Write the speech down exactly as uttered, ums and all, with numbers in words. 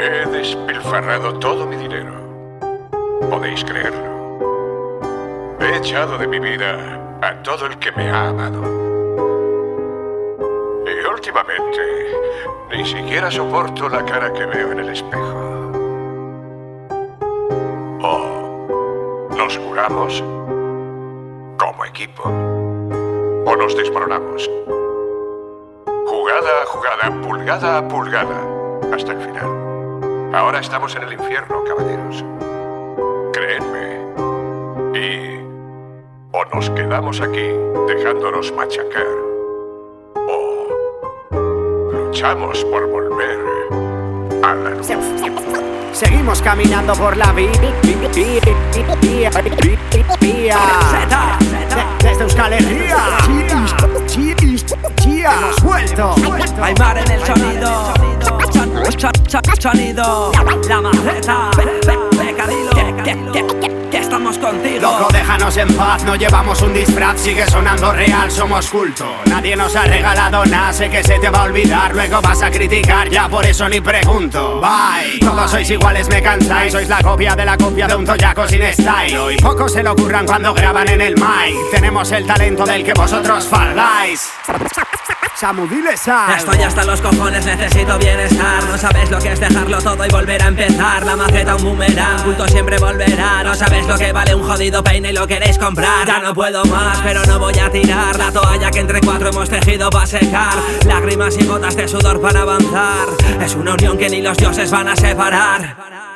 He despilfarrado todo mi dinero. Podéis creerlo. He echado de mi vida a todo el que me ha amado. Y últimamente, ni siquiera soporto la cara que veo en el espejo. O nos curamos como equipo, o nos desmoronamos. Jugada a jugada, pulgada a pulgada, hasta el final. Ahora estamos en el infierno, caballeros. Créenme. Y o nos quedamos aquí dejándonos machacar, o luchamos por volver a la luz. Seguimos caminando por la vía desde Euskal Herria. Hemos vuelto. Hay mar en el sonido. Sonido. La maceta. Pecadillo. Que estamos contigo. Loco, déjanos en paz, no llevamos un disfraz. Sigue sonando real, somos culto. Nadie nos ha regalado nada, sé que se te va a olvidar. Luego vas a criticar, ya por eso ni pregunto. Bye, todos sois iguales, me cansáis. Sois la copia de la copia de un toyaco sin estilo. Y pocos se lo ocurran cuando graban en el mic. Tenemos el talento del que vosotros falláis. Samu, diles algo. Estoy hasta los cojones, necesito bienestar. No sabes lo que es dejarlo todo y volver a empezar. La maceta un boomerang, culto siempre volverá. No sabes lo que vale un jodido peine y lo queréis comprar. Ya no puedo más, pero no voy a tirar la toalla que entre cuatro hemos tejido para secar. Lágrimas y gotas de sudor para avanzar. Es una unión que ni los dioses van a separar.